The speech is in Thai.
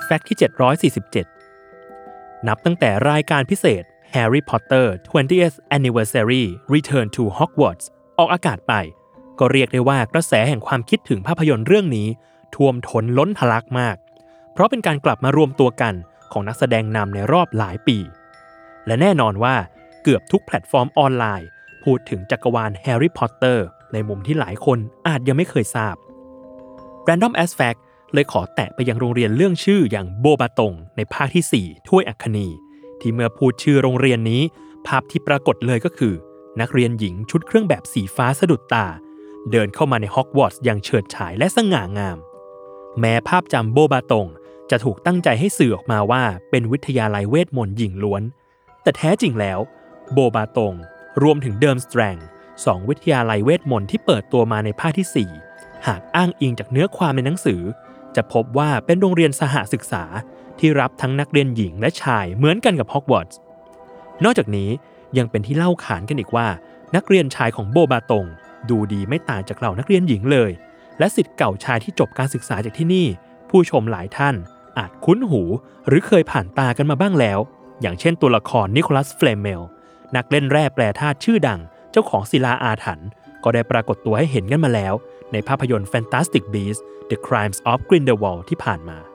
แฟกต์ที่747นับตั้งแต่รายการพิเศษ Harry Potter 20th Anniversary Return to Hogwarts ออกอากาศไปก็เรียกได้ว่ากระแสแห่งความคิดถึงภาพยนตร์เรื่องนี้ท่วมท้นล้นทะลักมากเพราะเป็นการกลับมารวมตัวกันของนักแสดงนำในรอบหลายปีและแน่นอนว่าเกือบทุกแพลตฟอร์มออนไลน์พูดถึงจักรวาล Harry Potter ในมุมที่หลายคนอาจยังไม่เคยทราบ Random as Fact เลยขอแตะไปยังโรงเรียนเรื่องชื่ออย่างโบบาตงในภาคที่4ถ้วยอัคนีที่เมื่อพูดชื่อโรงเรียนนี้ภาพที่ปรากฏเลยก็คือนักเรียนหญิงชุดเครื่องแบบสีฟ้าสะดุดตาเดินเข้ามาในฮอกวอตส์อย่างเฉิดฉายและสง่างามแม้ภาพจำโบบาตงจะถูกตั้งใจให้สื่อออกมาว่าเป็นวิทยาลัยเวทมนต์หญิงล้วนแต่แท้จริงแล้วโบบาตงรวมถึงเดิมสแตรง2วิทยาลัยเวทมนต์ที่เปิดตัวมาในภาคที่4หากอ้างอิงจากเนื้อความในหนังสือจะพบว่าเป็นโรงเรียนสหศึกษาที่รับทั้งนักเรียนหญิงและชายเหมือนกันกับฮอกวอตส์นอกจากนี้ยังเป็นที่เล่าขานกันอีกว่านักเรียนชายของโบบาตงดูดีไม่ต่างจากเหล่านักเรียนหญิงเลยและศิษย์เก่าชายที่จบการศึกษาจากที่นี่ผู้ชมหลายท่านอาจคุ้นหูหรือเคยผ่านตากันมาบ้างแล้วอย่างเช่นตัวละครนิโคลัสเฟลเมลนักเล่นแร่แปรธาตุชื่อดังเจ้าของศิลาอาถรรพ์ก็ได้ปรากฏตัวให้เห็นกันมาแล้วในภาพยนตร์ Fantastic Beasts: The Crimes of Grindelwald ที่ผ่านมา